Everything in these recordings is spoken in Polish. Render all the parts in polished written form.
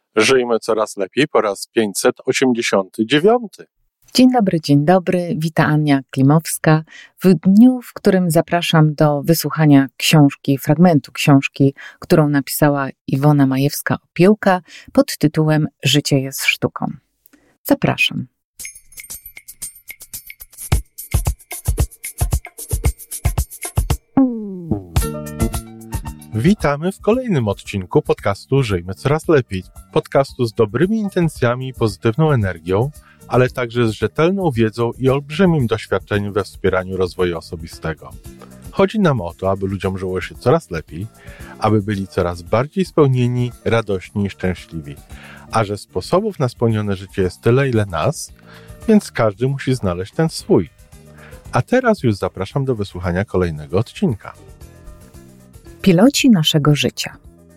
Żyjmy coraz lepiej po raz 589. Dzień dobry, wita Ania Klimowska w dniu, w którym zapraszam do wysłuchania fragmentu książki, którą napisała Iwona Majewska-Opiełka pod tytułem Życie jest sztuką. Zapraszam. Witamy w kolejnym odcinku podcastu Żyjmy Coraz Lepiej. Podcastu z dobrymi intencjami i pozytywną energią, ale także z rzetelną wiedzą i olbrzymim doświadczeniem we wspieraniu rozwoju osobistego. Chodzi nam o to, aby ludziom żyło się coraz lepiej, aby byli coraz bardziej spełnieni, radośni i szczęśliwi. A że sposobów na spełnione życie jest tyle, ile nas, więc każdy musi znaleźć ten swój. A teraz już zapraszam do wysłuchania kolejnego odcinka. Piloci naszego życia.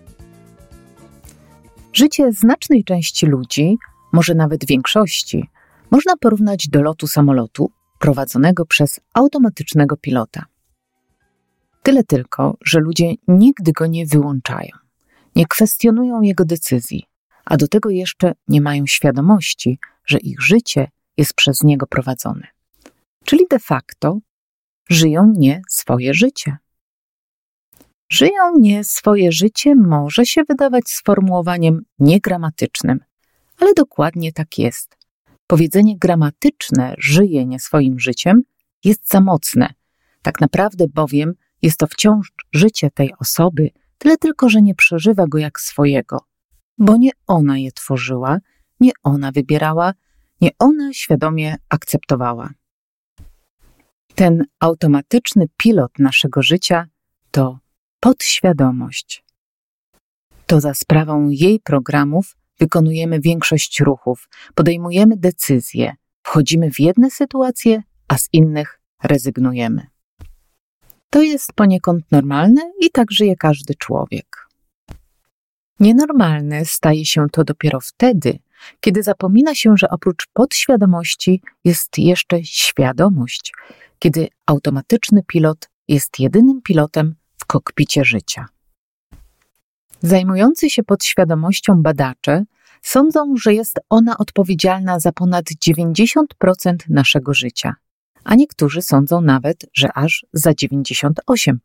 Życie znacznej części ludzi, może nawet większości, można porównać do lotu samolotu prowadzonego przez automatycznego pilota. Tyle tylko, że ludzie nigdy go nie wyłączają, nie kwestionują jego decyzji, a do tego jeszcze nie mają świadomości, że ich życie jest przez niego prowadzone. Czyli de facto żyją nie swoje życie. Żyją nie swoje życie może się wydawać sformułowaniem niegramatycznym, ale dokładnie tak jest. Powiedzenie gramatyczne żyje nie swoim życiem jest za mocne. Tak naprawdę bowiem jest to wciąż życie tej osoby, tyle tylko, że nie przeżywa go jak swojego, bo nie ona je tworzyła, nie ona wybierała, nie ona świadomie akceptowała. Ten automatyczny pilot naszego życia to podświadomość. To za sprawą jej programów wykonujemy większość ruchów, podejmujemy decyzje, wchodzimy w jedne sytuacje, a z innych rezygnujemy. To jest poniekąd normalne i tak żyje każdy człowiek. Nienormalne staje się to dopiero wtedy, kiedy zapomina się, że oprócz podświadomości jest jeszcze świadomość, kiedy automatyczny pilot jest jedynym pilotem w kokpicie życia. Zajmujący się podświadomością badacze sądzą, że jest ona odpowiedzialna za ponad 90% naszego życia, a niektórzy sądzą nawet, że aż za 98%.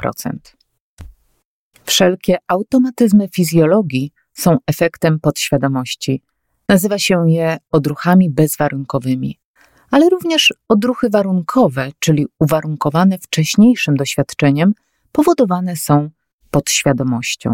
Wszelkie automatyzmy fizjologii są efektem podświadomości. Nazywa się je odruchami bezwarunkowymi, ale również odruchy warunkowe, czyli uwarunkowane wcześniejszym doświadczeniem, powodowane są podświadomością.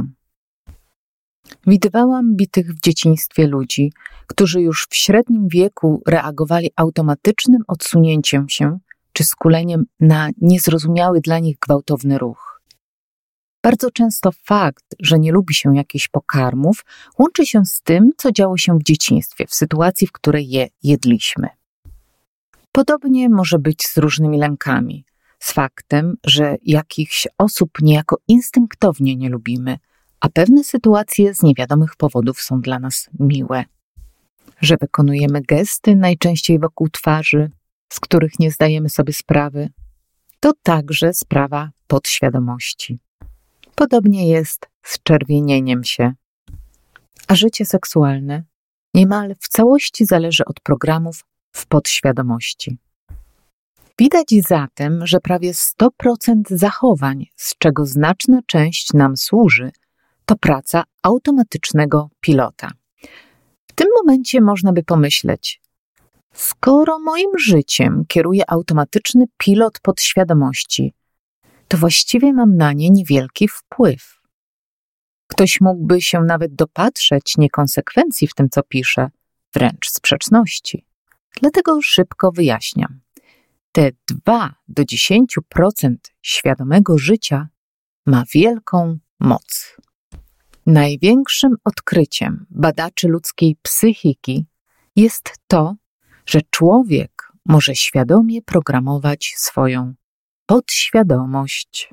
Widywałam bitych w dzieciństwie ludzi, którzy już w średnim wieku reagowali automatycznym odsunięciem się czy skuleniem na niezrozumiały dla nich gwałtowny ruch. Bardzo często fakt, że nie lubi się jakichś pokarmów, łączy się z tym, co działo się w dzieciństwie, w sytuacji, w której je jedliśmy. Podobnie może być z różnymi lękami, z faktem, że jakichś osób niejako instynktownie nie lubimy, a pewne sytuacje z niewiadomych powodów są dla nas miłe. Że wykonujemy gesty najczęściej wokół twarzy, z których nie zdajemy sobie sprawy. To także sprawa podświadomości. Podobnie jest z czerwienieniem się. A życie seksualne niemal w całości zależy od programów w podświadomości. Widać zatem, że prawie 100% zachowań, z czego znaczna część nam służy, to praca automatycznego pilota. W tym momencie można by pomyśleć, skoro moim życiem kieruje automatyczny pilot podświadomości, to właściwie mam na nie niewielki wpływ. Ktoś mógłby się nawet dopatrzeć niekonsekwencji w tym, co pisze, wręcz sprzeczności. Dlatego szybko wyjaśniam. Te 2-10% świadomego życia ma wielką moc. Największym odkryciem badaczy ludzkiej psychiki jest to, że człowiek może świadomie programować swoją podświadomość.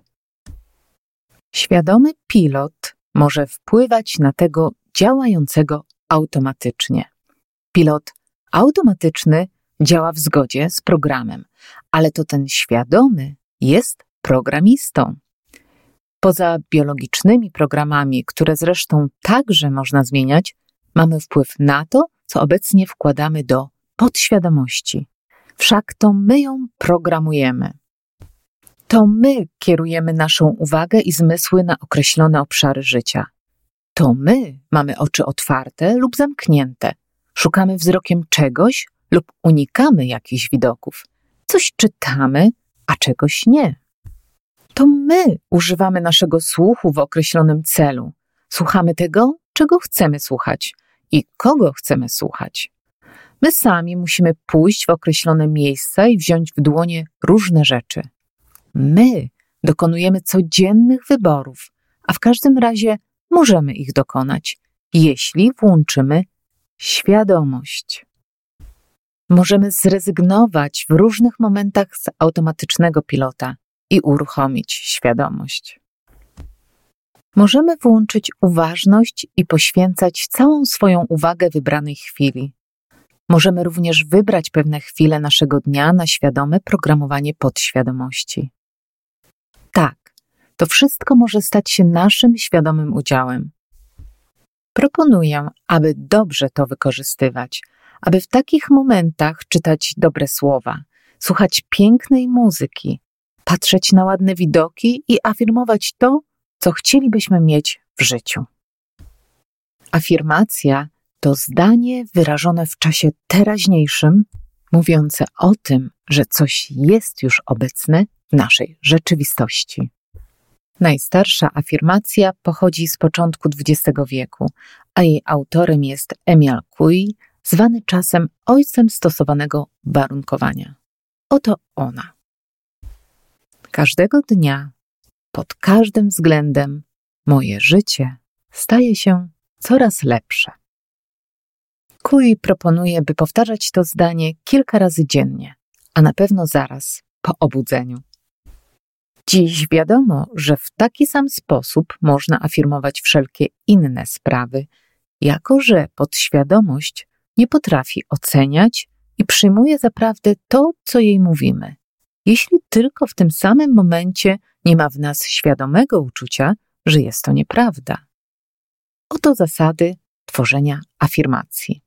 Świadomy pilot może wpływać na tego działającego automatycznie. Pilot automatyczny działa w zgodzie z programem, ale to ten świadomy jest programistą. Poza biologicznymi programami, które zresztą także można zmieniać, mamy wpływ na to, co obecnie wkładamy do podświadomości. Wszak to my ją programujemy. To my kierujemy naszą uwagę i zmysły na określone obszary życia. To my mamy oczy otwarte lub zamknięte. Szukamy wzrokiem czegoś lub unikamy jakichś widoków. Coś czytamy, a czegoś nie. To my używamy naszego słuchu w określonym celu. Słuchamy tego, czego chcemy słuchać i kogo chcemy słuchać. My sami musimy pójść w określone miejsca i wziąć w dłonie różne rzeczy. My dokonujemy codziennych wyborów, a w każdym razie możemy ich dokonać, jeśli włączymy świadomość. Możemy zrezygnować w różnych momentach z automatycznego pilota i uruchomić świadomość. Możemy włączyć uważność i poświęcać całą swoją uwagę wybranej chwili. Możemy również wybrać pewne chwile naszego dnia na świadome programowanie podświadomości. Tak, to wszystko może stać się naszym świadomym udziałem. Proponuję, aby dobrze to wykorzystywać, aby w takich momentach czytać dobre słowa, słuchać pięknej muzyki, patrzeć na ładne widoki i afirmować to, co chcielibyśmy mieć w życiu. Afirmacja to zdanie wyrażone w czasie teraźniejszym, mówiące o tym, że coś jest już obecne w naszej rzeczywistości. Najstarsza afirmacja pochodzi z początku XX wieku, a jej autorem jest Emile Coué, zwany czasem ojcem stosowanego warunkowania. Oto ona. Każdego dnia, pod każdym względem, moje życie staje się coraz lepsze. Coué proponuje, by powtarzać to zdanie kilka razy dziennie, a na pewno zaraz po obudzeniu. Dziś wiadomo, że w taki sam sposób można afirmować wszelkie inne sprawy, jako że podświadomość nie potrafi oceniać i przyjmuje za prawdę to, co jej mówimy, jeśli tylko w tym samym momencie nie ma w nas świadomego uczucia, że jest to nieprawda. Oto zasady tworzenia afirmacji.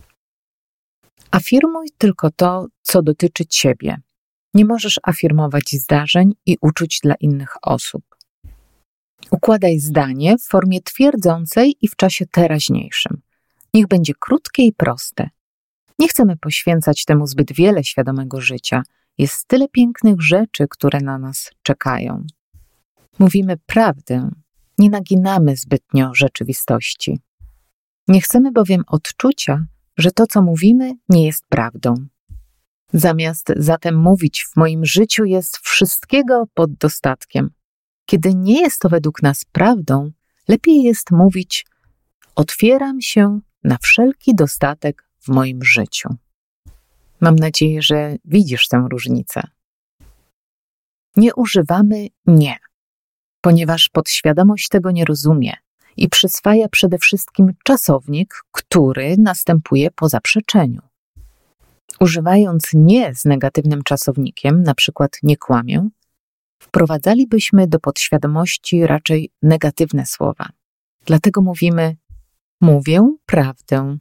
Afirmuj tylko to, co dotyczy ciebie. Nie możesz afirmować zdarzeń i uczuć dla innych osób. Układaj zdanie w formie twierdzącej i w czasie teraźniejszym. Niech będzie krótkie i proste. Nie chcemy poświęcać temu zbyt wiele świadomego życia. Jest tyle pięknych rzeczy, które na nas czekają. Mówimy prawdę, nie naginamy zbytnio rzeczywistości. Nie chcemy bowiem odczucia, że to, co mówimy, nie jest prawdą. Zamiast zatem mówić, w moim życiu jest wszystkiego pod dostatkiem. Kiedy nie jest to według nas prawdą, lepiej jest mówić, otwieram się na wszelki dostatek w moim życiu. Mam nadzieję, że widzisz tę różnicę. Nie używamy nie, ponieważ podświadomość tego nie rozumie i przyswaja przede wszystkim czasownik, który następuje po zaprzeczeniu. Używając nie z negatywnym czasownikiem, na przykład nie kłamię, wprowadzalibyśmy do podświadomości raczej negatywne słowa. Dlatego mówimy mówię prawdę.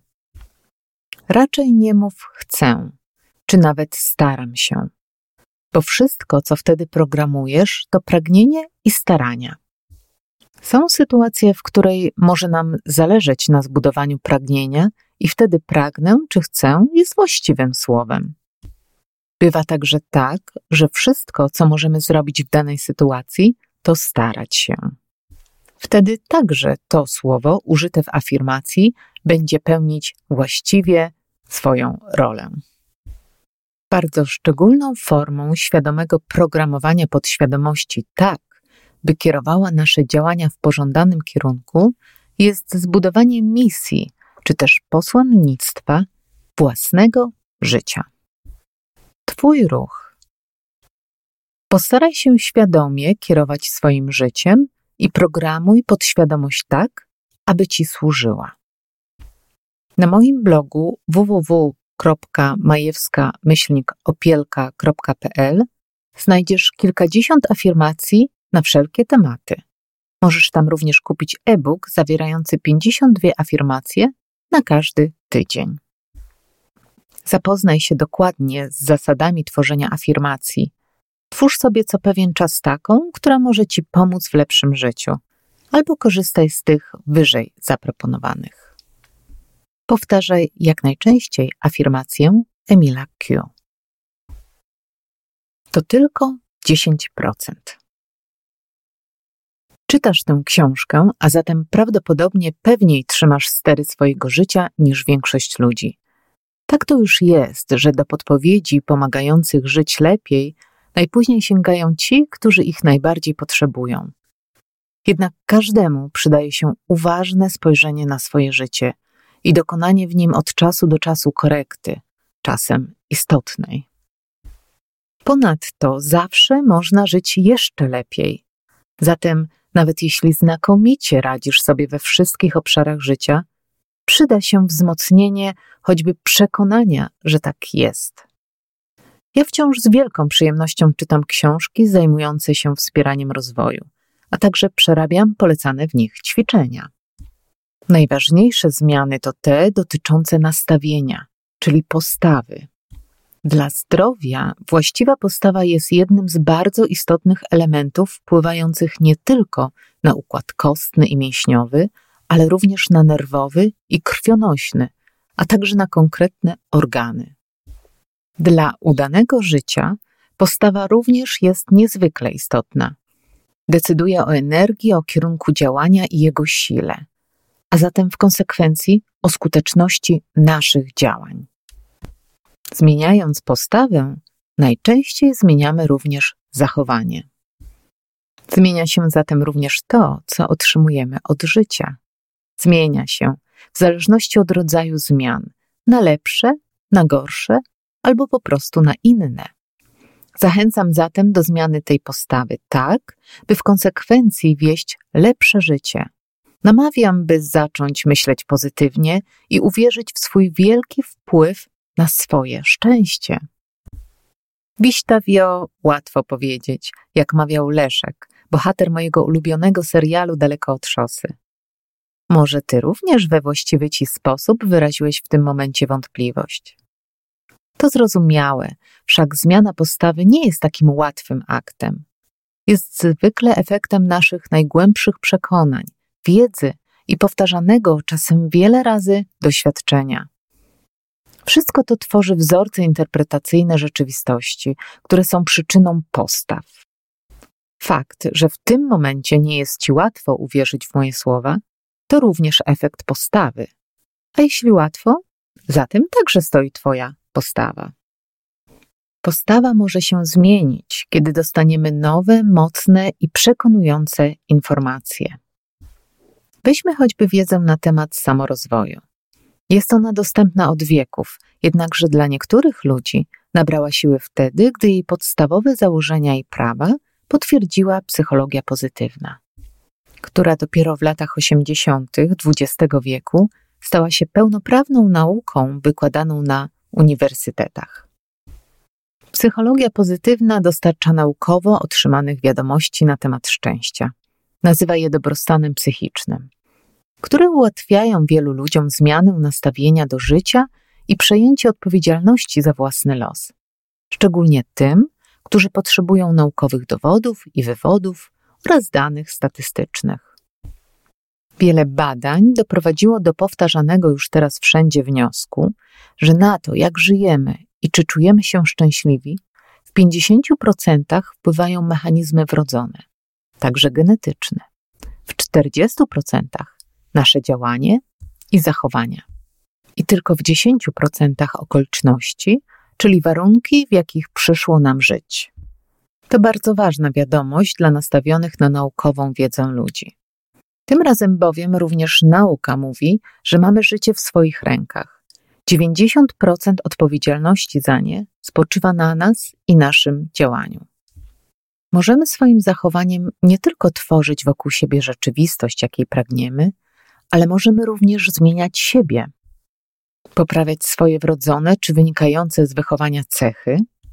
Raczej nie mów chcę, czy nawet staram się. Bo wszystko, co wtedy programujesz, to pragnienie i starania. Są sytuacje, w której może nam zależeć na zbudowaniu pragnienia i wtedy pragnę czy chcę jest właściwym słowem. Bywa także tak, że wszystko, co możemy zrobić w danej sytuacji, to starać się. Wtedy także to słowo użyte w afirmacji będzie pełnić właściwie swoją rolę. Bardzo szczególną formą świadomego programowania podświadomości tak, by kierowała nasze działania w pożądanym kierunku, jest zbudowanie misji, czy też posłannictwa własnego życia. Twój ruch. Postaraj się świadomie kierować swoim życiem i programuj podświadomość tak, aby ci służyła. Na moim blogu www.majewska-opielka.pl znajdziesz kilkadziesiąt afirmacji na wszelkie tematy. Możesz tam również kupić e-book zawierający 52 afirmacje na każdy tydzień. Zapoznaj się dokładnie z zasadami tworzenia afirmacji. Twórz sobie co pewien czas taką, która może Ci pomóc w lepszym życiu, albo korzystaj z tych wyżej zaproponowanych. Powtarzaj jak najczęściej afirmację Emila Q. To tylko 10%. Czytasz tę książkę, a zatem prawdopodobnie pewniej trzymasz stery swojego życia niż większość ludzi. Tak to już jest, że do podpowiedzi pomagających żyć lepiej najpóźniej sięgają ci, którzy ich najbardziej potrzebują. Jednak każdemu przydaje się uważne spojrzenie na swoje życie i dokonanie w nim od czasu do czasu korekty, czasem istotnej. Ponadto zawsze można żyć jeszcze lepiej. Zatem nawet jeśli znakomicie radzisz sobie we wszystkich obszarach życia, przyda się wzmocnienie choćby przekonania, że tak jest. Ja wciąż z wielką przyjemnością czytam książki zajmujące się wspieraniem rozwoju, a także przerabiam polecane w nich ćwiczenia. Najważniejsze zmiany to te dotyczące nastawienia, czyli postawy. Dla zdrowia właściwa postawa jest jednym z bardzo istotnych elementów wpływających nie tylko na układ kostny i mięśniowy, ale również na nerwowy i krwionośny, a także na konkretne organy. Dla udanego życia postawa również jest niezwykle istotna. Decyduje o energii, o kierunku działania i jego sile, a zatem w konsekwencji o skuteczności naszych działań. Zmieniając postawę, najczęściej zmieniamy również zachowanie. Zmienia się zatem również to, co otrzymujemy od życia. Zmienia się w zależności od rodzaju zmian, na lepsze, na gorsze albo po prostu na inne. Zachęcam zatem do zmiany tej postawy tak, by w konsekwencji wieść lepsze życie. Namawiam, by zacząć myśleć pozytywnie i uwierzyć w swój wielki wpływ na swoje szczęście. Wiśtawio, łatwo powiedzieć, jak mawiał Leszek, bohater mojego ulubionego serialu Daleko od szosy. Może ty również we właściwy ci sposób wyraziłeś w tym momencie wątpliwość. To zrozumiałe, wszak zmiana postawy nie jest takim łatwym aktem. Jest zwykle efektem naszych najgłębszych przekonań, wiedzy i powtarzanego czasem wiele razy doświadczenia. Wszystko to tworzy wzorce interpretacyjne rzeczywistości, które są przyczyną postaw. Fakt, że w tym momencie nie jest ci łatwo uwierzyć w moje słowa, to również efekt postawy. A jeśli łatwo, za tym także stoi twoja postawa. Postawa może się zmienić, kiedy dostaniemy nowe, mocne i przekonujące informacje. Weźmy choćby wiedzę na temat samorozwoju. Jest ona dostępna od wieków, jednakże dla niektórych ludzi nabrała siły wtedy, gdy jej podstawowe założenia i prawa potwierdziła psychologia pozytywna, która dopiero w latach 80. XX wieku stała się pełnoprawną nauką wykładaną na uniwersytetach. Psychologia pozytywna dostarcza naukowo otrzymanych wiadomości na temat szczęścia. Nazywa je dobrostanem psychicznym, które ułatwiają wielu ludziom zmianę nastawienia do życia i przejęcie odpowiedzialności za własny los. Szczególnie tym, którzy potrzebują naukowych dowodów i wywodów oraz danych statystycznych. Wiele badań doprowadziło do powtarzanego już teraz wszędzie wniosku, że na to, jak żyjemy i czy czujemy się szczęśliwi, w 50% wpływają mechanizmy wrodzone, także genetyczne, w 40% nasze działanie i zachowania i tylko w 10% okoliczności, czyli warunki, w jakich przyszło nam żyć. To bardzo ważna wiadomość dla nastawionych na naukową wiedzę ludzi. Tym razem bowiem również nauka mówi, że mamy życie w swoich rękach. 90% odpowiedzialności za nie spoczywa na nas i naszym działaniu. Możemy swoim zachowaniem nie tylko tworzyć wokół siebie rzeczywistość, jakiej pragniemy, ale możemy również zmieniać siebie, poprawiać swoje wrodzone czy wynikające z wychowania cechy,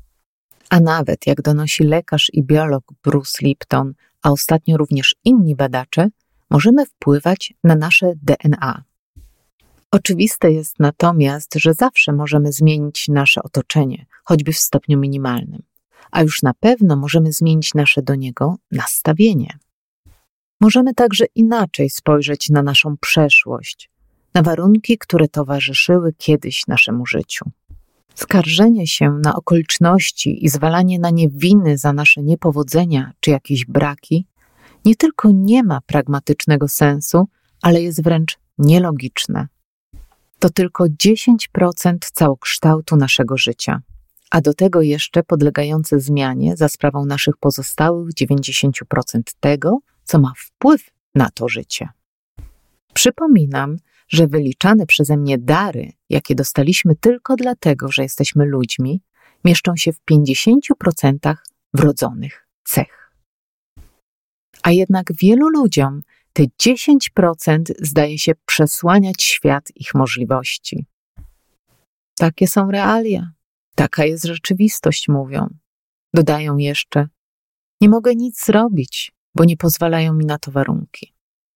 a nawet, jak donosi lekarz i biolog Bruce Lipton, a ostatnio również inni badacze, możemy wpływać na nasze DNA. Oczywiste jest natomiast, że zawsze możemy zmienić nasze otoczenie, choćby w stopniu minimalnym, a już na pewno możemy zmienić nasze do niego nastawienie. Możemy także inaczej spojrzeć na naszą przeszłość, na warunki, które towarzyszyły kiedyś naszemu życiu. Skarżenie się na okoliczności i zwalanie na nie winy za nasze niepowodzenia czy jakieś braki nie tylko nie ma pragmatycznego sensu, ale jest wręcz nielogiczne. To tylko 10% całokształtu naszego życia, a do tego jeszcze podlegające zmianie za sprawą naszych pozostałych 90% tego, co ma wpływ na to życie. Przypominam, że wyliczane przeze mnie dary, jakie dostaliśmy tylko dlatego, że jesteśmy ludźmi, mieszczą się w 50% wrodzonych cech. A jednak wielu ludziom te 10% zdaje się przesłaniać świat ich możliwości. Takie są realia, taka jest rzeczywistość, mówią. Dodają jeszcze, nie mogę nic zrobić, bo nie pozwalają mi na to warunki.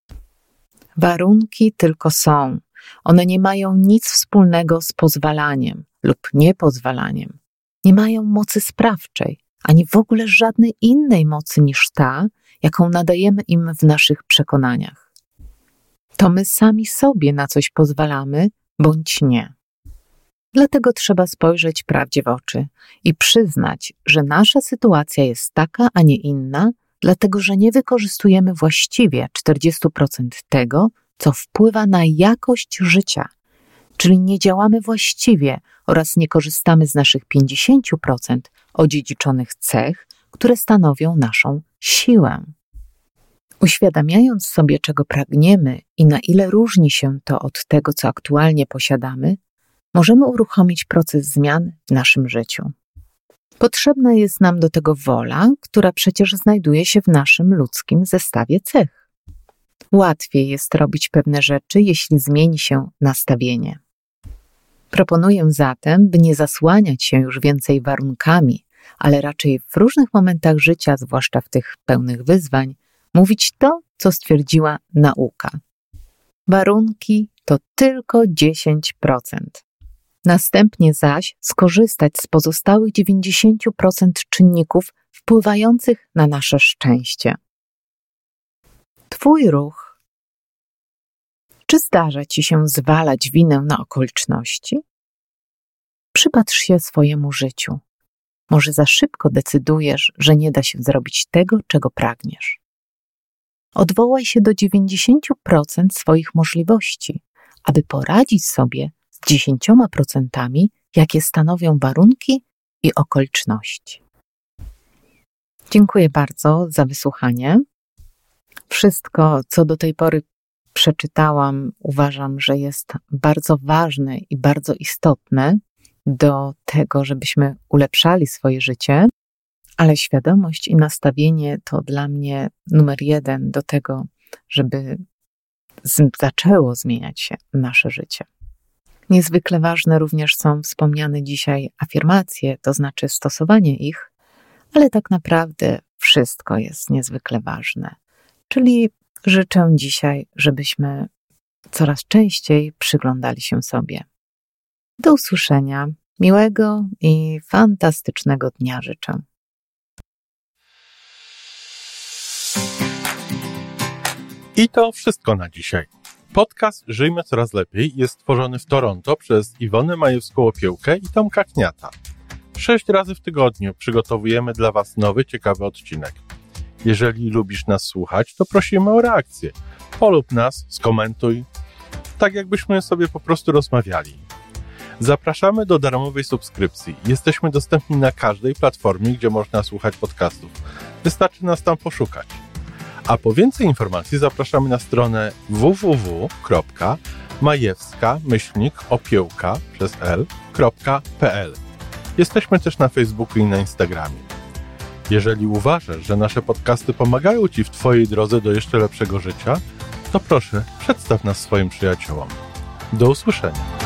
Warunki tylko są. One nie mają nic wspólnego z pozwalaniem lub niepozwalaniem. Nie mają mocy sprawczej, ani w ogóle żadnej innej mocy niż ta, jaką nadajemy im w naszych przekonaniach. To my sami sobie na coś pozwalamy, bądź nie. Dlatego trzeba spojrzeć prawdzie w oczy i przyznać, że nasza sytuacja jest taka, a nie inna, dlatego że nie wykorzystujemy właściwie 40% tego, co wpływa na jakość życia, czyli nie działamy właściwie oraz nie korzystamy z naszych 50% odziedziczonych cech, które stanowią naszą siłę. Uświadamiając sobie, czego pragniemy i na ile różni się to od tego, co aktualnie posiadamy, możemy uruchomić proces zmian w naszym życiu. Potrzebna jest nam do tego wola, która przecież znajduje się w naszym ludzkim zestawie cech. Łatwiej jest robić pewne rzeczy, jeśli zmieni się nastawienie. Proponuję zatem, by nie zasłaniać się już więcej warunkami, ale raczej w różnych momentach życia, zwłaszcza w tych pełnych wyzwań, mówić to, co stwierdziła nauka. Warunki to tylko 10%. Następnie zaś skorzystać z pozostałych 90% czynników wpływających na nasze szczęście. Twój ruch. Czy zdarza ci się zwalać winę na okoliczności? Przypatrz się swojemu życiu. Może za szybko decydujesz, że nie da się zrobić tego, czego pragniesz. Odwołaj się do 90% swoich możliwości, aby poradzić sobie z 10%, jakie stanowią warunki i okoliczności. Dziękuję bardzo za wysłuchanie. Wszystko, co do tej pory przeczytałam, uważam, że jest bardzo ważne i bardzo istotne do tego, żebyśmy ulepszali swoje życie, ale świadomość i nastawienie to dla mnie numer 1 do tego, żeby zaczęło zmieniać się nasze życie. Niezwykle ważne również są wspomniane dzisiaj afirmacje, to znaczy stosowanie ich, ale tak naprawdę wszystko jest niezwykle ważne. Czyli życzę dzisiaj, żebyśmy coraz częściej przyglądali się sobie. Do usłyszenia. Miłego i fantastycznego dnia życzę. I to wszystko na dzisiaj. Podcast Żyjmy Coraz Lepiej jest stworzony w Toronto przez Iwonę Majewską-Opiełkę i Tomka Kniata. 6 razy w tygodniu przygotowujemy dla Was nowy, ciekawy odcinek. Jeżeli lubisz nas słuchać, to prosimy o reakcję. Polub nas, skomentuj, tak jakbyśmy sobie po prostu rozmawiali. Zapraszamy do darmowej subskrypcji. Jesteśmy dostępni na każdej platformie, gdzie można słuchać podcastów. Wystarczy nas tam poszukać. A po więcej informacji zapraszamy na stronę www.majewska-opiełka.pl. Jesteśmy też na Facebooku i na Instagramie. Jeżeli uważasz, że nasze podcasty pomagają Ci w Twojej drodze do jeszcze lepszego życia, to proszę, przedstaw nas swoim przyjaciołom. Do usłyszenia.